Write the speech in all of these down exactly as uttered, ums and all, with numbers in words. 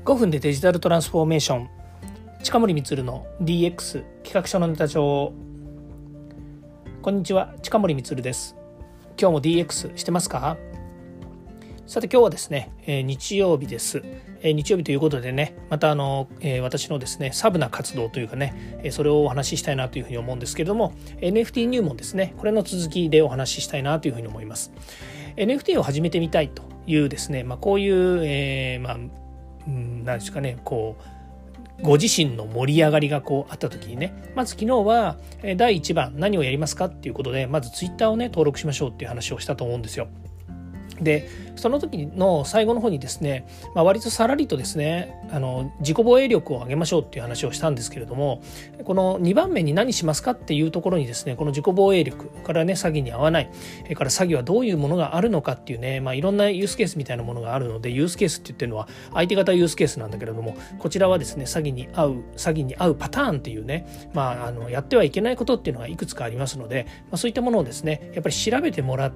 ごふんでデジタルトランスフォーメーション、近森光の ディーエックス 企画書のネタ帳。こんにちは、近森光です。今日も ディーエックス してますか？さて今日はですね、えー、日曜日です、えー、日曜日ということでね、またあの、えー、私のですねサブな活動というかね、えー、それをお話ししたいなというふうに思うんですけれども、 エヌエフティー 入門ですね、これの続きでお話ししたいなというふうに思います。 エヌエフティー を始めてみたいというですね、まあ、こういう、えー、まあ何ですかね、こうご自身の盛り上がりがこうあった時にね、まず昨日はだいいちばん何をやりますかっていうことで、まずツイッターをね登録しましょうっていう話をしたと思うんですよ。でその時の最後の方にですね、まあ、割とさらりとですね、あの自己防衛力を上げましょうっていう話をしたんですけれども、このにばんめに何しますかっていうところにですね、この自己防衛力からね、詐欺に遭わない、それから詐欺はどういうものがあるのかっていうね、まあ、いろんなユースケースみたいなものがあるので、ユースケースって言ってるのは相手方ユースケースなんだけれども、こちらはですね詐欺に遭う詐欺に遭うパターンっていうね、まあ、あのやってはいけないことっていうのがいくつかありますので、まあ、そういったものをですねやっぱり調べてもらって、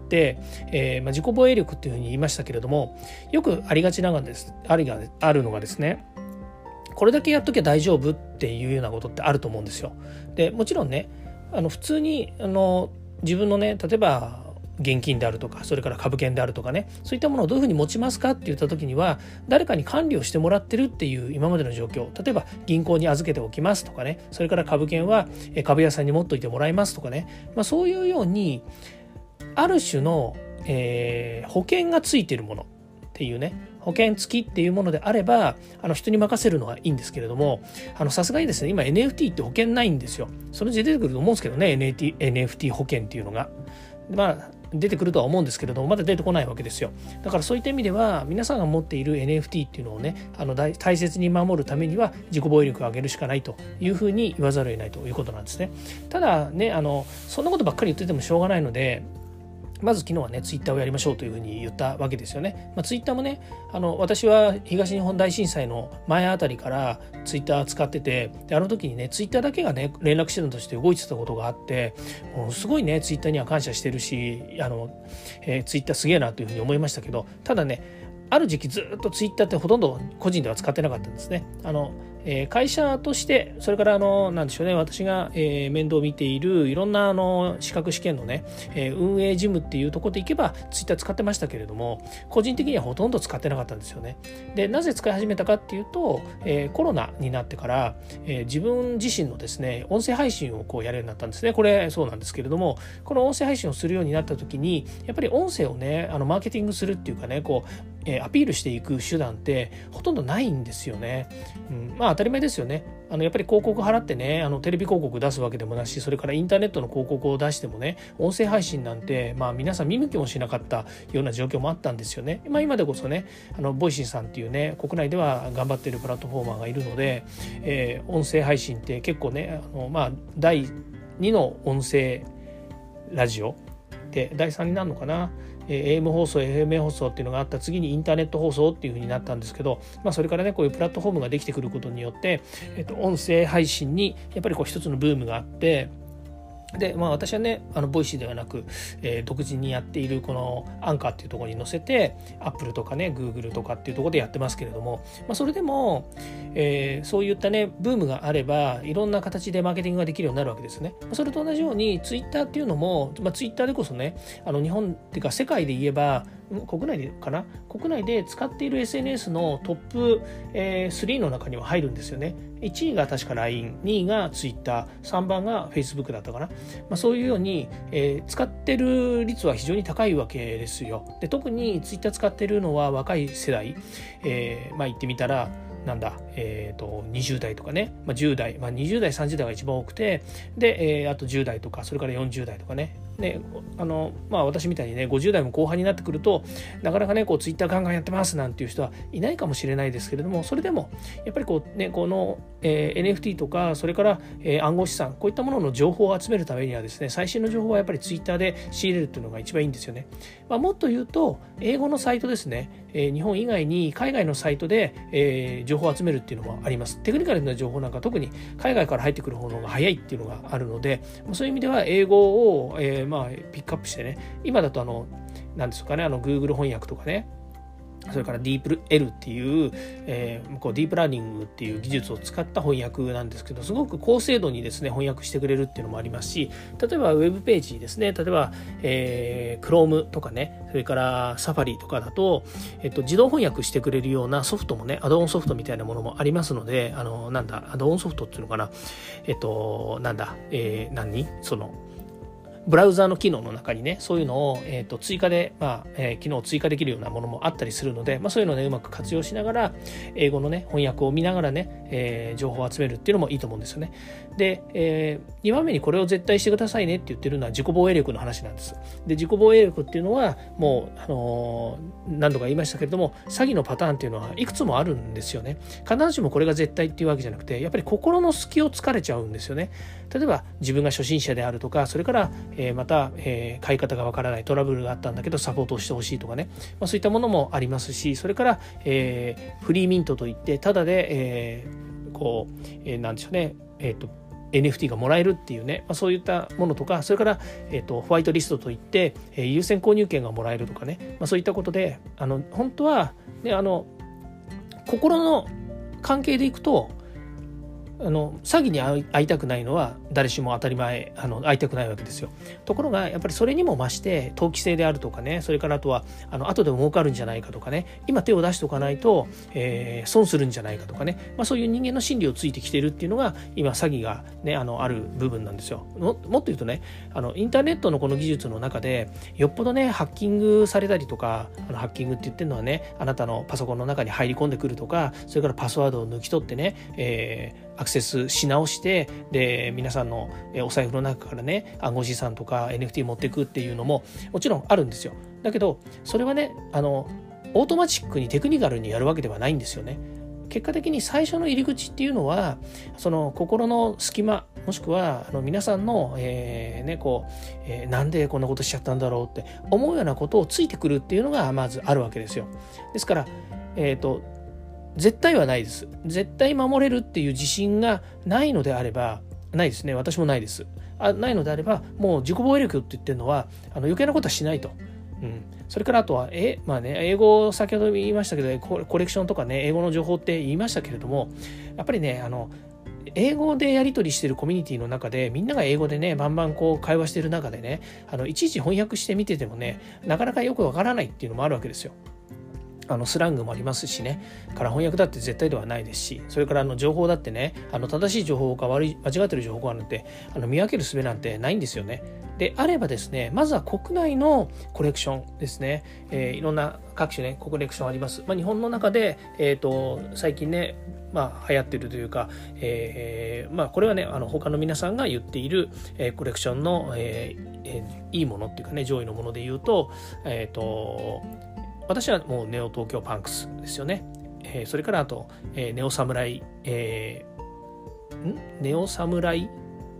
えーまあ、自己防衛力っていうふうに言いましたけれども、よくありがちなのがですありがあるのがですね、これだけやっときゃ大丈夫っていうようなことってあると思うんですよ。でもちろんね、あの普通にあの自分のね、例えば現金であるとか、それから株券であるとかね、そういったものをどういうふうに持ちますかって言った時には、誰かに管理をしてもらってるっていう今までの状況、例えば銀行に預けておきますとかね、それから株券は株屋さんに持っといてもらいますとかね、まあ、そういうようにある種の、えー、保険がついているものっていうね、保険付きっていうものであれば、あの人に任せるのはいいんですけれども、さすがにですね今 エヌエフティー って保険ないんですよ。そのうち出てくると思うんですけどね、 エヌエフティー、エヌエフティー 保険っていうのがまあ出てくるとは思うんですけれども、まだ出てこないわけですよ。だからそういった意味では、皆さんが持っている エヌエフティー っていうのをね、あの大大切に守るためには自己防衛力を上げるしかないというふうに言わざるを得ないということなんですね。ただね、あのそんなことばっかり言っててもしょうがないので、まず昨日はねツイッターをやりましょうというふうに言ったわけですよね。まあ、ツイッターもね、あの私は東日本大震災の前あたりからツイッター使ってて、であの時にねツイッターだけがね連絡手段として動いてたことがあって、もうすごいねツイッターには感謝してるし、あの、えー、ツイッターすげえなというふうに思いましたけど、ただねある時期ずっとツイッターってほとんど個人では使ってなかったんですね。あのえー、会社として、それからあのなんでしょうね、私が、えー、面倒を見ているいろんなあの資格試験のね、えー、運営事務っていうところでいけばツイッター使ってましたけれども、個人的にはほとんど使ってなかったんですよね。でなぜ使い始めたかっていうと、えー、コロナになってから、えー、自分自身のですね音声配信をこうやるようになったんですね。これそうなんですけれども、この音声配信をするようになった時に、やっぱり音声をねあのマーケティングするっていうかね、こうえー、アピールしていく手段ってほとんどないんですよね。うん、まあ当たり前ですよね。あのやっぱり広告払ってね、あのテレビ広告出すわけでもなし、それからインターネットの広告を出してもね、音声配信なんてまあ皆さん見向きもしなかったような状況もあったんですよね。まあ今でこそね、あのボイシーさんっていうね国内では頑張っているプラットフォーマーがいるので、えー、音声配信って結構ね、あのまあだいにの音声ラジオでだいさんになるのかな、エーエム 放送 エフエム 放送っていうのがあった次にインターネット放送っていう風になったんですけど、まあ、それからねこういうプラットフォームができてくることによって、えっと、音声配信にやっぱりこう一つのブームがあって、でまあ、私はねあのボイシーではなく、えー、独自にやっているこのアンカーっていうところに載せて、アップルとかねグーグルとかっていうところでやってますけれども、まあ、それでも、えー、そういったねブームがあればいろんな形でマーケティングができるようになるわけですね。それと同じようにツイッターっていうのも、まあ、ツイッターでこそね、あの日本っていうか世界で言えば国内でかな国内で使っている エスエヌエス のトップ、えー、スリーの中には入るんですよね。いちいが確か ライン、にいが Twitter、さんばんが Facebook だったかな、まあ、そういうように、えー、使ってる率は非常に高いわけですよ。で特に Twitter 使ってるのは若い世代、えー、まあ言ってみたらなんだ、えー、とにじゅう代とかね、まあ、じゅう代、まあ、にじゅう代さんじゅう代が一番多くて、で、えー、あとじゅう代とか、それからよんじゅう代とかね。であのまあ、私みたいにねごじゅう代も後半になってくるとなかなかねこうツイッターガンガンやってますなんていう人はいないかもしれないですけれども、それでもやっぱりこうねこの、えー、エヌエフティー とか、それから、えー、暗号資産、こういったものの情報を集めるためにはですね、最新の情報はやっぱりツイッターで仕入れるっていうのが一番いいんですよね。まあ、もっと言うと英語のサイトですね、えー、日本以外に海外のサイトで、えー、情報を集めるっていうのもあります。テクニカルな情報なんか特に海外から入ってくる方のが早いっていうのがあるので、そういう意味では英語を、えーまあ、ピックアップしてね、今だとあの何ですかね、あの Google 翻訳とかね、 それからディープ L っていう、えー、こうディープラーニングっていう技術を使った翻訳なんですけど、すごく高精度にですね翻訳してくれるっていうのもありますし、例えばウェブページですね、例えば、えー、Chrome とかね、それから Safari とかだと、えっと、自動翻訳してくれるようなソフトもね、アドオンソフトみたいなものもありますので、あのなんだアドオンソフトっていうのかな、えっとなんだ、えー、何そのブラウザーの機能の中にね、そういうのを、えー、と追加で、まあえー、機能を追加できるようなものもあったりするので、まあ、そういうのをねうまく活用しながら英語のね翻訳を見ながらね、えー、情報を集めるっていうのもいいと思うんですよね。で、えー、にばんめにこれを絶対してくださいねって言ってるのは自己防衛力の話なんです。で、自己防衛力っていうのはもう、あのー、何度か言いましたけれども、詐欺のパターンっていうのはいくつもあるんですよね。必ずしもこれが絶対っていうわけじゃなくて、やっぱり心の隙を突かれちゃうんですよね。例えば自分が初心者であるとか、それから、えー、また、えー、買い方がわからないトラブルがあったんだけどサポートをしてほしいとかね、まあ、そういったものもありますし、それから、えー、フリーミントといってただで、えー、こう、えー、なんでしょうね、えっとエヌエフティー がもらえるっていうね、まあ、そういったものとか、それから、えー、とホワイトリストといって、えー、優先購入権がもらえるとかね、まあ、そういったことで、あの本当は、ね、あの心の関係でいくと、あの詐欺に遭いたくないのは誰しも当たり前、あの遭いたくないわけですよ。ところがやっぱりそれにも増して投機性であるとかね、それからあとはあの後でも儲かるんじゃないかとかね、今手を出しておかないと、えー、損するんじゃないかとかね、まあ、そういう人間の心理をついてきてるっていうのが今詐欺が、ね、あのある部分なんですよ。 も, もっと言うとね、あのインターネットのこの技術の中でよっぽどねハッキングされたりとか、あのハッキングって言ってるのはね、あなたのパソコンの中に入り込んでくるとか、それからパスワードを抜き取ってね、えーアクセスし直して、で皆さんのお財布の中からね暗号資産とか エヌエフティー 持っていくっていうのももちろんあるんですよ。だけどそれはね、あのオートマチックにテクニカルにやるわけではないんですよね。結果的に最初の入り口っていうのは、その心の隙間、もしくはあの皆さんの、えーねこうえー、なんでこんなことしちゃったんだろうって思うようなことをついてくるっていうのがまずあるわけですよ。ですから、えーと絶対はないです。絶対守れるっていう自信がないのであれば、ないですね。私もないです。あないのであれば、もう自己防衛力って言ってるのは、あの余計なことはしないと。うん、それからあとは、えまあね、英語先ほど言いましたけど、コレクションとかね、英語の情報って言いましたけれども、やっぱりね、あの英語でやり取りしているコミュニティの中で、みんなが英語でねバンバンこう会話している中でね、あのいちいち翻訳してみててもね、なかなかよくわからないっていうのもあるわけですよ。あのスラングもありますしね、から翻訳だって絶対ではないですし、それからあの情報だってね、あの正しい情報か悪い間違ってる情報かなんてあの見分ける術なんてないんですよね。であればですね、まずは国内のコレクションですね、えー、いろんな各種ねコレクションあります。まあ、日本の中で、えー、と最近ね、まあ、流行ってるというか、えーまあ、これはねあの他の皆さんが言っている、えー、コレクションの、えーえー、いいものっていうかね、上位のもので言うと、えっ、ー、と私はもうネオ東京パンクスですよね。えー、それからあと、えー、ネオサムライ、えー、んネオサムライ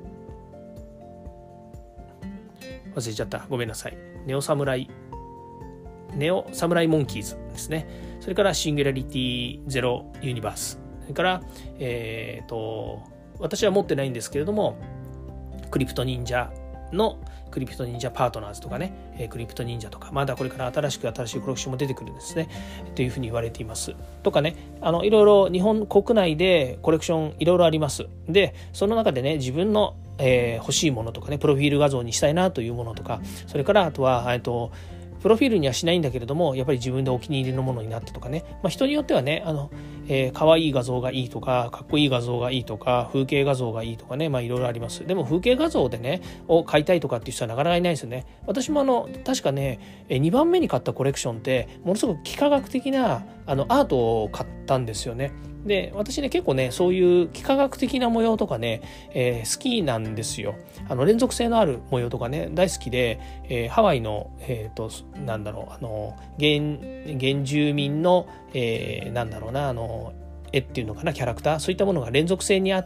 忘れちゃった。ごめんなさい。ネオサムライ、ネオサムライモンキーズですね。それからシンギュラリティゼロユニバース。それから、えーと、私は持ってないんですけれども、クリプト忍者のクリプト忍者パートナーズとかね、えー、クリプト忍者とか、まだこれから新しく新しいコレクションも出てくるんですねというふうに言われていますとかね、あのいろいろ日本国内でコレクションいろいろあります。でその中でね、自分の、えー、欲しいものとかね、プロフィール画像にしたいなというものとか、それからあとはえっとプロフィールにはしないんだけれども、やっぱり自分でお気に入りのものになったとかね、まあ、人によってはね、あの、えー、可愛い画像がいいとか、かっこいい画像がいいとか、風景画像がいいとかね、まあいろいろあります。でも風景画像でね、を買いたいとかっていう人はなかなかいないですよね。私もあの、確かね、にばんめに買ったコレクションって、ものすごく幾何学的なあのアートを買ったんですよね。で私ね結構ねそういう幾何学的な模様とかね、えー、好きなんですよ。あの連続性のある模様とかね大好きで、えー、ハワイの、えー、となんだろうあの原原住民の、えー、なんだろうなあの絵っていうのかな、キャラクター、そういったものが連続性にあって、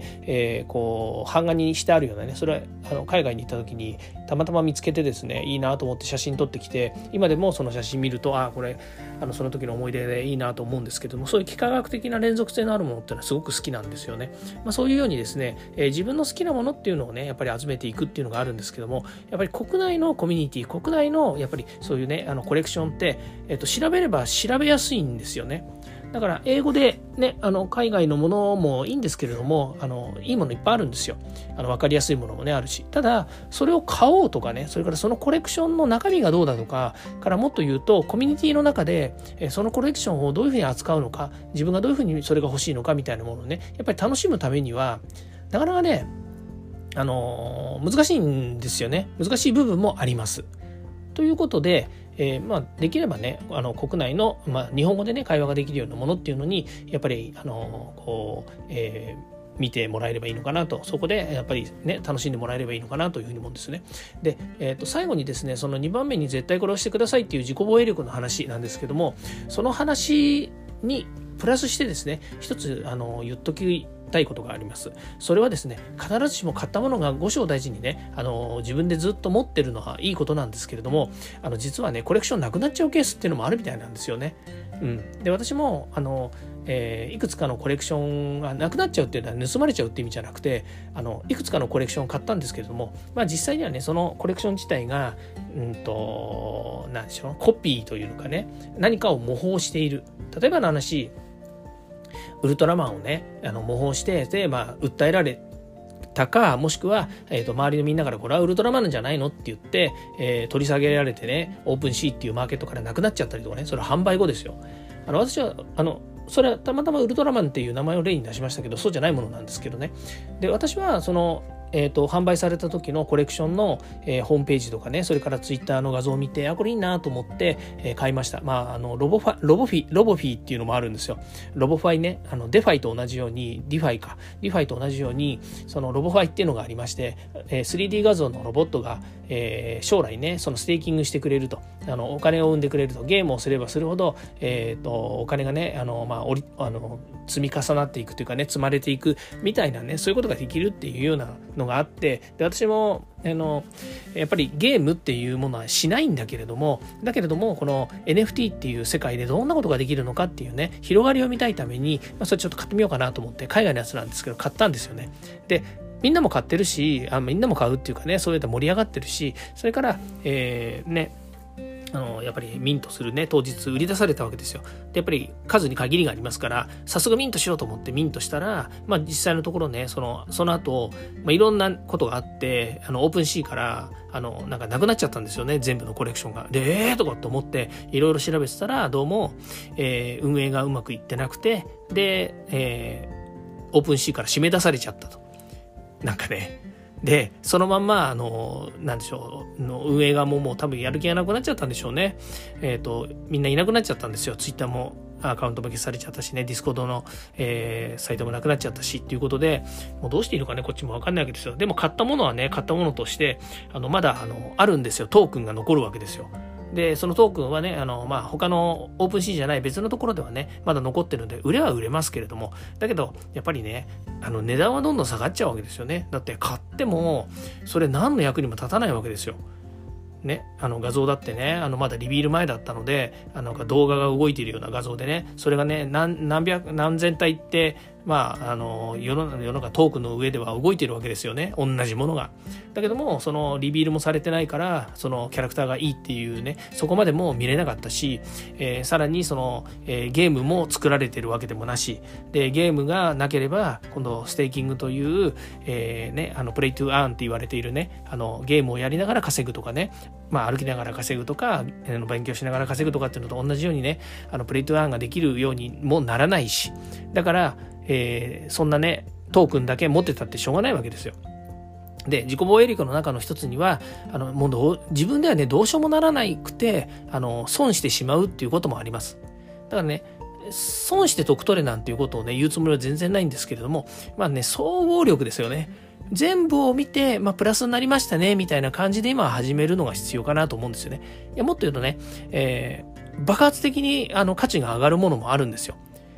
えー、こう版画にしてあるようなね、それはあの海外に行った時にたまたま見つけてですね、いいなと思って写真撮ってきて、今でもその写真見ると、あこれあのその時の思い出でいいなと思うんですけども、そういう幾何学的な連続性のあるものっていうのはすごく好きなんですよね。まあ、そういうようにですね、えー、自分の好きなものっていうのをねやっぱり集めていくっていうのがあるんですけども、やっぱり国内のコミュニティ、国内のやっぱりそういうねあのコレクションって、えー、と調べれば調べやすいんですよね。だから英語でね、あの海外のものもいいんですけれども、あのいいものいっぱいあるんですよ。あの分かりやすいものもねあるし、ただそれを買おうとかね、それからそのコレクションの中身がどうだとかからもっと言うと、コミュニティの中でそのコレクションをどういうふうに扱うのか、自分がどういうふうにそれが欲しいのかみたいなものをねやっぱり楽しむためにはなかなかねあの難しいんですよね。難しい部分もあります。ということで、えーまあ、できればねあの国内の、まあ、日本語でね会話ができるようなものっていうのにやっぱりあのこう、えー、見てもらえればいいのかなと、そこでやっぱりね楽しんでもらえればいいのかなというふうに思うんですね。で、えー、と最後にですね、そのにばんめに絶対これをしてくださいっていう自己防衛力の話なんですけども、その話にプラスしてですね、一つあの言っときたいことがあります。それはですね、必ずしも買ったものが五章大事にねあの自分でずっと持ってるのはいいことなんですけれども、あの実はねコレクションなくなっちゃうケースっていうのもあるみたいなんですよね。うん、で私もあの、えー、いくつかのコレクションがなくなっちゃうっていうのは盗まれちゃうっていう意味じゃなくて、あのいくつかのコレクションを買ったんですけれども、まあ実際にはねそのコレクション自体がうんと何でしょう、コピーというのかね、何かを模倣している。例えばの話、ウルトラマンをねあの模倣してで、まあ、訴えられたか、もしくは、えー、と周りのみんなからこれはウルトラマンなんじゃないのって言って、えー、取り下げられてね、オープンシーっていうマーケットからなくなっちゃったりとかね、それは販売後ですよ。あの私はあのそれはたまたまウルトラマンっていう名前を例に出しましたけど、そうじゃないものなんですけどね。で私はそのえー、と販売された時のコレクションの、えー、ホームページとかね、それからツイッターの画像を見て、あこれいいなと思って、えー、買いました。まああのロボファロボフィロボフィっていうのもあるんですよ。ロボファイね、あのデファイと同じようにディファイかディファイと同じようにそのロボファイっていうのがありまして、えー、スリーディー 画像のロボットが、えー、将来ねそのステーキングしてくれると、あのお金を生んでくれると、ゲームをすればするほど、えー、とお金がねあの、まあ、おりあの積み重なっていくというかね、積まれていくみたいなね、そういうことができるっていうようなのがあって、で私もあのやっぱりゲームっていうものはしないんだけれども、だけれどもこの エヌエフティー っていう世界でどんなことができるのかっていうね広がりを見たいために、まあ、それちょっと買ってみようかなと思って、海外のやつなんですけど買ったんですよね。でみんなも買ってるし、あみんなも買うっていうかね、そういった盛り上がってるし、それから、えー、ねあのやっぱりミントするね当日売り出されたわけですよ。でやっぱり数に限りがありますから、早速ミントしようと思ってミントしたら、まあ実際のところねそのその後、まあ、いろんなことがあって、あのオープンシーからあのなんかなくなっちゃったんですよね、全部のコレクションが。でえーとかと思っていろいろ調べてたら、どうも、えー、運営がうまくいってなくて、で、えー、オープンシーから締め出されちゃったと。なんかねでそのまんまあのなんでしょうの運営側ももう多分やる気がなくなっちゃったんでしょうね。えっとみんないなくなっちゃったんですよ。ツイッターもアカウントも消されちゃったしね、ディスコードの、えー、サイトもなくなっちゃったしっていうことで、もうどうしていいのかねこっちも分かんないわけですよ。でも買ったものはね買ったものとしてあのまだあのあるんですよ。トークンが残るわけですよ。でそのトークンはねあの、まあ、他のオープンシーじゃない別のところではねまだ残ってるので売れは売れますけれども、だけどやっぱりねあの値段はどんどん下がっちゃうわけですよね。だって買ってもそれ何の役にも立たないわけですよ。ね、あの画像だってねあのまだリビール前だったので、あの動画が動いているような画像でね、それがね 何, 何百何千体ってまああの世の世の中トークの上では動いているわけですよね、同じものが。だけどもそのリビールもされてないから、そのキャラクターがいいっていうねそこまでも見れなかったし、えー、さらにその、えー、ゲームも作られてるわけでもなしで、ゲームがなければ今度ステーキングという、えーね、あのプレイトゥーアーンって言われているねあのゲームをやりながら稼ぐとかね、まあ、歩きながら稼ぐとか勉強しながら稼ぐとかっていうのと同じようにねあのプレイトゥーアーンができるようにもならないし、だから、えー、そんなねトークンだけ持ってたってしょうがないわけですよ。で自己防衛力の中の一つにはあのもうどう自分ではねどうしようもならなくてあの損してしまうっていうこともあります。だからね損して得取れなんていうことをね言うつもりは全然ないんですけれども、まあね総合力ですよね。全部を見て、まあ、プラスになりましたねみたいな感じで今は始めるのが必要かなと思うんですよね。いやもっと言うとね、えー、爆発的にあの価値が上がるものもあるんですよ。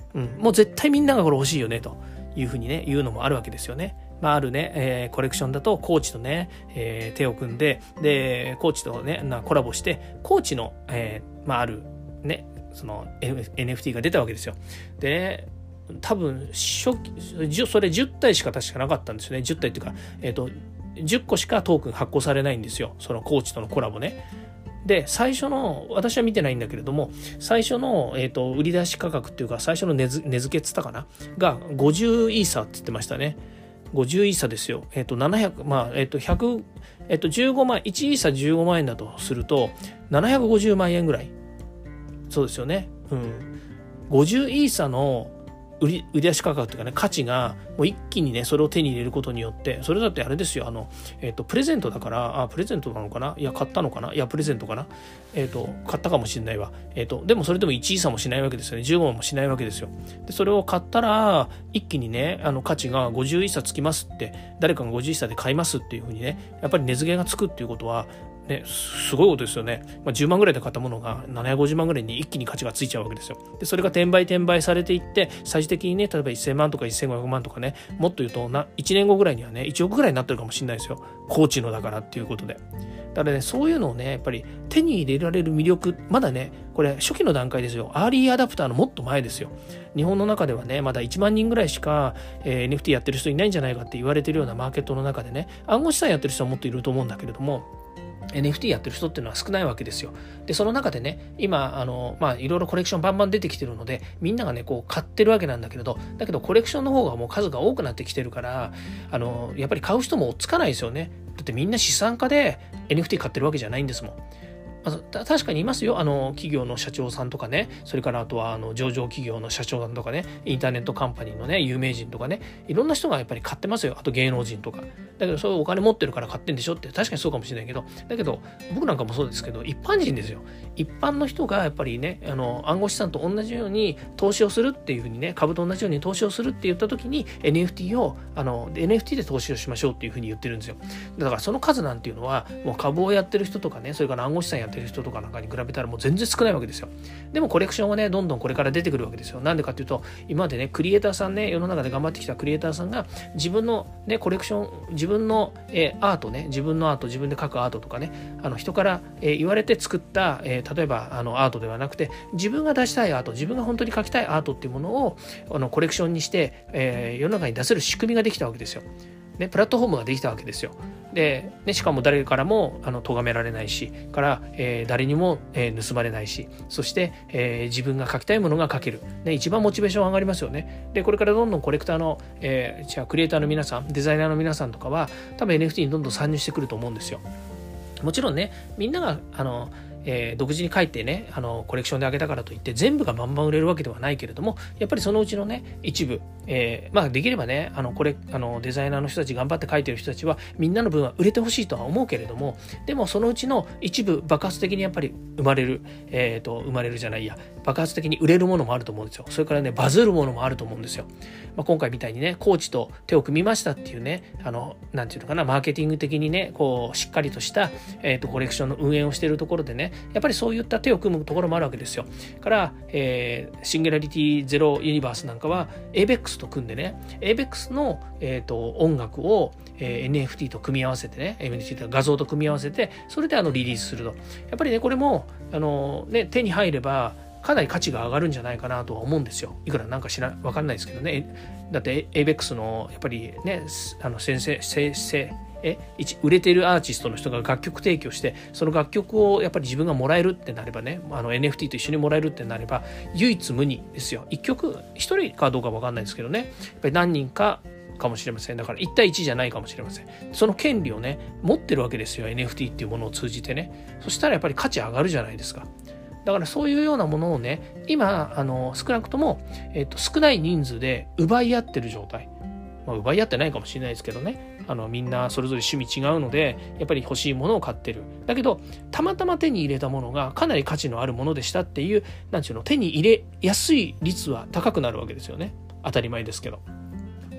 うん、もう絶対みんながこれ欲しいよねというふうにね言うのもあるわけですよね。まあ、あるね、えー、コレクションだとコーチとね、えー、手を組んででコーチとねなコラボしてコーチの、えーまあ、あるねその エヌエフティー が出たわけですよ。でね多分初期それじゅったいしか確かなかったんですよね。じゅったいっていうか、えーと、じゅっこしかトークン発行されないんですよ、そのコーチとのコラボね。で最初の私は見てないんだけれども最初の、えーと、売り出し価格っていうか最初の値付けっつったかながごじゅうイーサって言ってましたね。ごじゅうイーサですよ。えっ、ー、とななひゃくまあえっ、ー、とひゃくえっ、ー、とじゅうごまんいちイーサじゅうごまんえんだとするとななひゃくごじゅうまんえんぐらい。そうですよね。うん。ごじゅうイーサの売り売り出し価格というかね価値がもう一気にねそれを手に入れることによってそれだってあれですよあのえっ、ー、とプレゼントだからあプレゼントなのかないや買ったのかないやプレゼントかなえっ、ー、と買ったかもしれないわえっ、ー、とでもそれでもいちイーサもしないわけですよね。じゅうごまんもしないわけですよ。でそれを買ったら一気にねあの価値がごじゅうイーサつきますって誰かがごじゅうイーサで買いますっていうふうにねやっぱり値付けがつくっていうことはね、すごいことですよね。まあ、じゅうまんぐらいで買ったものがななひゃくごじゅうまんぐらいに一気に価値がついちゃうわけですよ。でそれが転売転売されていって最終的にね例えばせんまんとかせんごひゃくまんとかねもっと言うとないちねんごぐらいにはねいちおくぐらいになってるかもしれないですよ。コーチのだからっていうことで。だからねそういうのをねやっぱり手に入れられる魅力まだねこれ初期の段階ですよ。アーリーアダプターのもっと前ですよ。日本の中ではねまだいちまんにんぐらいしか、えー、エヌエフティー やってる人いないんじゃないかって言われてるようなマーケットの中でね暗号資産やってる人はもっといると思うんだけれどもエヌエフティー やってる人っていうのは少ないわけですよ。でその中でね今あのまあいろいろコレクションバンバン出てきてるのでみんながねこう買ってるわけなんだけれどだけどコレクションの方がもう数が多くなってきてるからあのやっぱり買う人も追っつかないですよね。だってみんな資産家で エヌエフティー 買ってるわけじゃないんですもん。まあ、確かにいますよあの企業の社長さんとかねそれからあとはあの上場企業の社長さんとかねインターネットカンパニーのね有名人とかねいろんな人がやっぱり買ってますよ。あと芸能人とかだけどそういうお金持ってるから買ってんでしょって確かにそうかもしれないけどだけど僕なんかもそうですけど一般人ですよ。一般の人がやっぱりねあの暗号資産と同じように投資をするっていうふうにね株と同じように投資をするって言った時に エヌエフティー をあの エヌエフティー で投資をしましょうっていうふうに言ってるんですよ。だからその数なんていうのはもう株をやってる人とかねそれから暗号資産やってる人とかなんかに比べたらもう全然少ないわけですよ。でもコレクションはねどんどんこれから出てくるわけですよ。なんでかっていうと今までねクリエイターさんね世の中で頑張ってきたクリエイターさんが自分のねコレクション自分の、えー、アートね自分のアート自分で描くアートとかねあの人から、えー、言われて作った、えー、例えばあのアートではなくて自分が出したいアート自分が本当に描きたいアートっていうものをあのコレクションにして、えー、世の中に出せる仕組みができたわけですよ。ね、プラットフォームができたわけですよ。で、ね、しかも誰からもあの咎められないしから、えー、誰にも、えー、盗まれないしそして、えー、自分が描きたいものが描ける、ね、一番モチベーション上がりますよね。でこれからどんどんコレクターの、えー、じゃあクリエイターの皆さんデザイナーの皆さんとかは多分 エヌエフティー にどんどん参入してくると思うんですよ。もちろんねみんながあのえー、独自に書いてねあのコレクションであげたからといって全部がバンバン売れるわけではないけれどもやっぱりそのうちのね一部、えー、まあできればねあのこれあのデザイナーの人たち頑張って書いてる人たちはみんなの分は売れてほしいとは思うけれどもでもそのうちの一部爆発的にやっぱり生まれる、えー、と生まれるじゃないや爆発的に売れるものもあると思うんですよ。それからねバズるものもあると思うんですよ。まあ、今回みたいにねコーチと手を組みましたっていうねあのなんていうのかなマーケティング的にねこうしっかりとした、えー、とコレクションの運営をしているところでねやっぱりそういった手を組むところもあるわけですよ。から、えー、シンギュラリティゼロユニバースなんかは エーベックス と組んでね エーベックス の、えー、と音楽を、えー、エヌエフティー と組み合わせてね エヌエフティー と画像と組み合わせてそれであのリリースするとやっぱりねこれもあの、ね、手に入ればかなり価値が上がるんじゃないかなとは思うんですよ。いくらなんか知ら分かんないですけどね。だって エーベックス のやっぱりねあの先生先生え一売れているアーティストの人が楽曲提供してその楽曲をやっぱり自分がもらえるってなればねあの エヌエフティー と一緒にもらえるってなれば唯一無二ですよ。一曲一人かどうか分かんないですけどねやっぱり何人かかもしれません。だからいち対いちじゃないかもしれません。その権利をね持ってるわけですよ エヌエフティー っていうものを通じてね。そしたらやっぱり価値上がるじゃないですか。だからそういうようなものをね今あの少なくとも、えー、と少ない人数で奪い合ってる状態、まあ、奪い合ってないかもしれないですけどねあのみんなそれぞれ趣味違うのでやっぱり欲しいものを買ってる。だけどたまたま手に入れたものがかなり価値のあるものでしたっていうなんていうの手に入れやすい率は高くなるわけですよね。当たり前ですけど。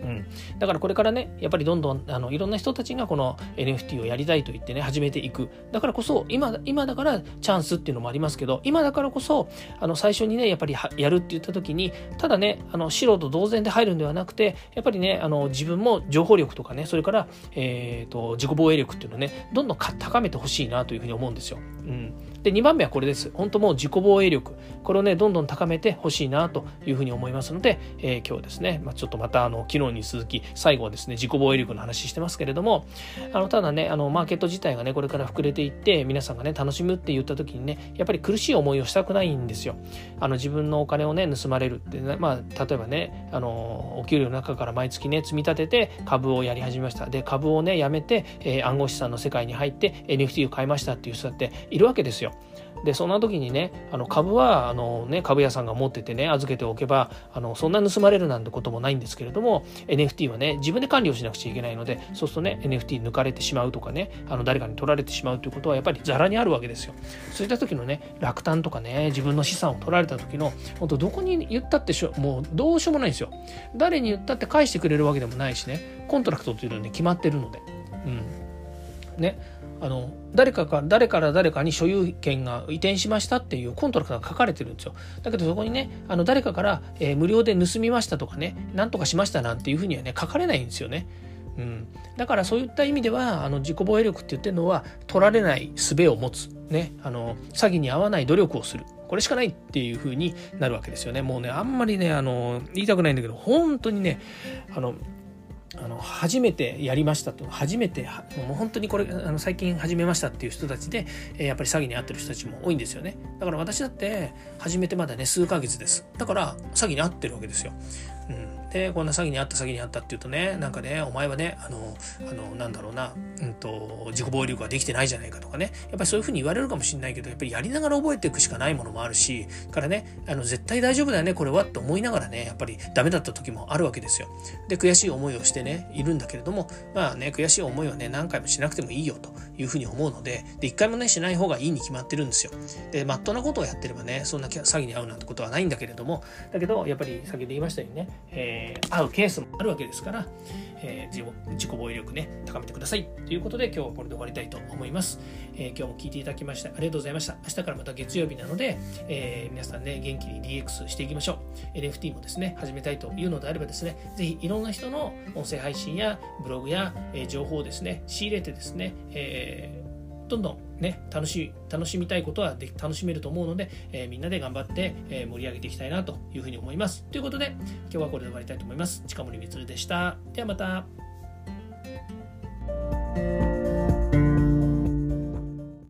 うん、だからこれからねやっぱりどんどんあのいろんな人たちがこの エヌエフティー をやりたいと言ってね始めていく。だからこそ今今だからチャンスっていうのもありますけど、今だからこそあの最初にねやっぱりやるって言った時にただねあの素人同然で入るんではなくて、やっぱりねあの自分も情報力とかね、それから、えー、と自己防衛力っていうのをねどんどん高めてほしいなというふうに思うんですよ。うん、でにばんめはこれです。本当もう自己防衛力、これをねどんどん高めてほしいなというふうに思いますので、えー、今日はですね、まあ、ちょっとまたあの昨日に続き最後はですね自己防衛力の話してますけれども、あのただねあのマーケット自体がねこれから膨れていって皆さんがね楽しむって言った時にねやっぱり苦しい思いをしたくないんですよ。あの自分のお金をね盗まれるって、ね、まあ例えばねあのお給料の中から毎月ね積み立てて株をやり始めました。で株をねやめて、えー、暗号資産の世界に入って エヌエフティー を買いましたっていう人だっているわけですよ。でそんな時にねあの株はあの、ね、株屋さんが持っててね預けておけばあのそんな盗まれるなんてこともないんですけれども、 エヌエフティー はね自分で管理をしなくちゃいけないので、そうするとね エヌエフティー 抜かれてしまうとかねあの誰かに取られてしまうということはやっぱりザラにあるわけですよ。そういった時のね落胆とかね自分の資産を取られた時の本当どこに言ったってしょもうどうしようもないんですよ。誰に言ったって返してくれるわけでもないしね、コントラクトというのはね決まってるので、うんねあの誰かか誰から誰かに所有権が移転しましたっていうコントラクトが書かれてるんですよ。だけどそこにねあの誰かから、えー、無料で盗みましたとかねなんとかしましたなんていうふうにはね書かれないんですよね。うん、だからそういった意味ではあの自己防衛力って言ってるのは取られない術を持つ、ね、あの詐欺に遭わない努力をする、これしかないっていう風になるわけですよね。もうねあんまりねあの言いたくないんだけど本当にねあのあの初めてやりましたと初めてもう本当にこれあの最近始めましたっていう人たちで、えー、やっぱり詐欺に遭ってる人たちも多いんですよね。だから私だって始めてまだね数ヶ月です。だから詐欺に遭ってるわけですよ。うん、でこんな詐欺に遭った詐欺に遭ったっていうとねなんかねお前はねあのあのなんだろうな、うんと自己防衛力ができてないじゃないかとかねやっぱりそういうふうに言われるかもしれないけど、やっぱりやりながら覚えていくしかないものもあるしからねあの絶対大丈夫だよねこれはって思いながらねやっぱりダメだった時もあるわけですよ。で悔しい思いをしてねいるんだけれども、まあね悔しい思いはね何回もしなくてもいいよというふうに思うので、で一回もねしない方がいいに決まってるんですよ。でまっとうなことをやってればねそんな詐欺に遭うなんてことはないんだけれども、だけどやっぱり先ほど言いましたようにね、えー、遭うケースもあるわけですから、えー、自己防衛力ね高めてくださいということで今日はこれで終わりたいと思います。えー、今日も聞いていただきましてありがとうございました。明日からまた月曜日なので、えー、皆さんね元気に ディーエックス していきましょう。 エヌエフティー もですね始めたいというのであればですねぜひいろんな人の音声配信やブログや、えー、情報をですね仕入れてですね、えー、どんどんね楽しい楽しみたいことはで楽しめると思うので、えー、みんなで頑張って、えー、盛り上げていきたいなというふうに思います。ということで今日はこれで終わりたいと思います。近森光でした。ではまた。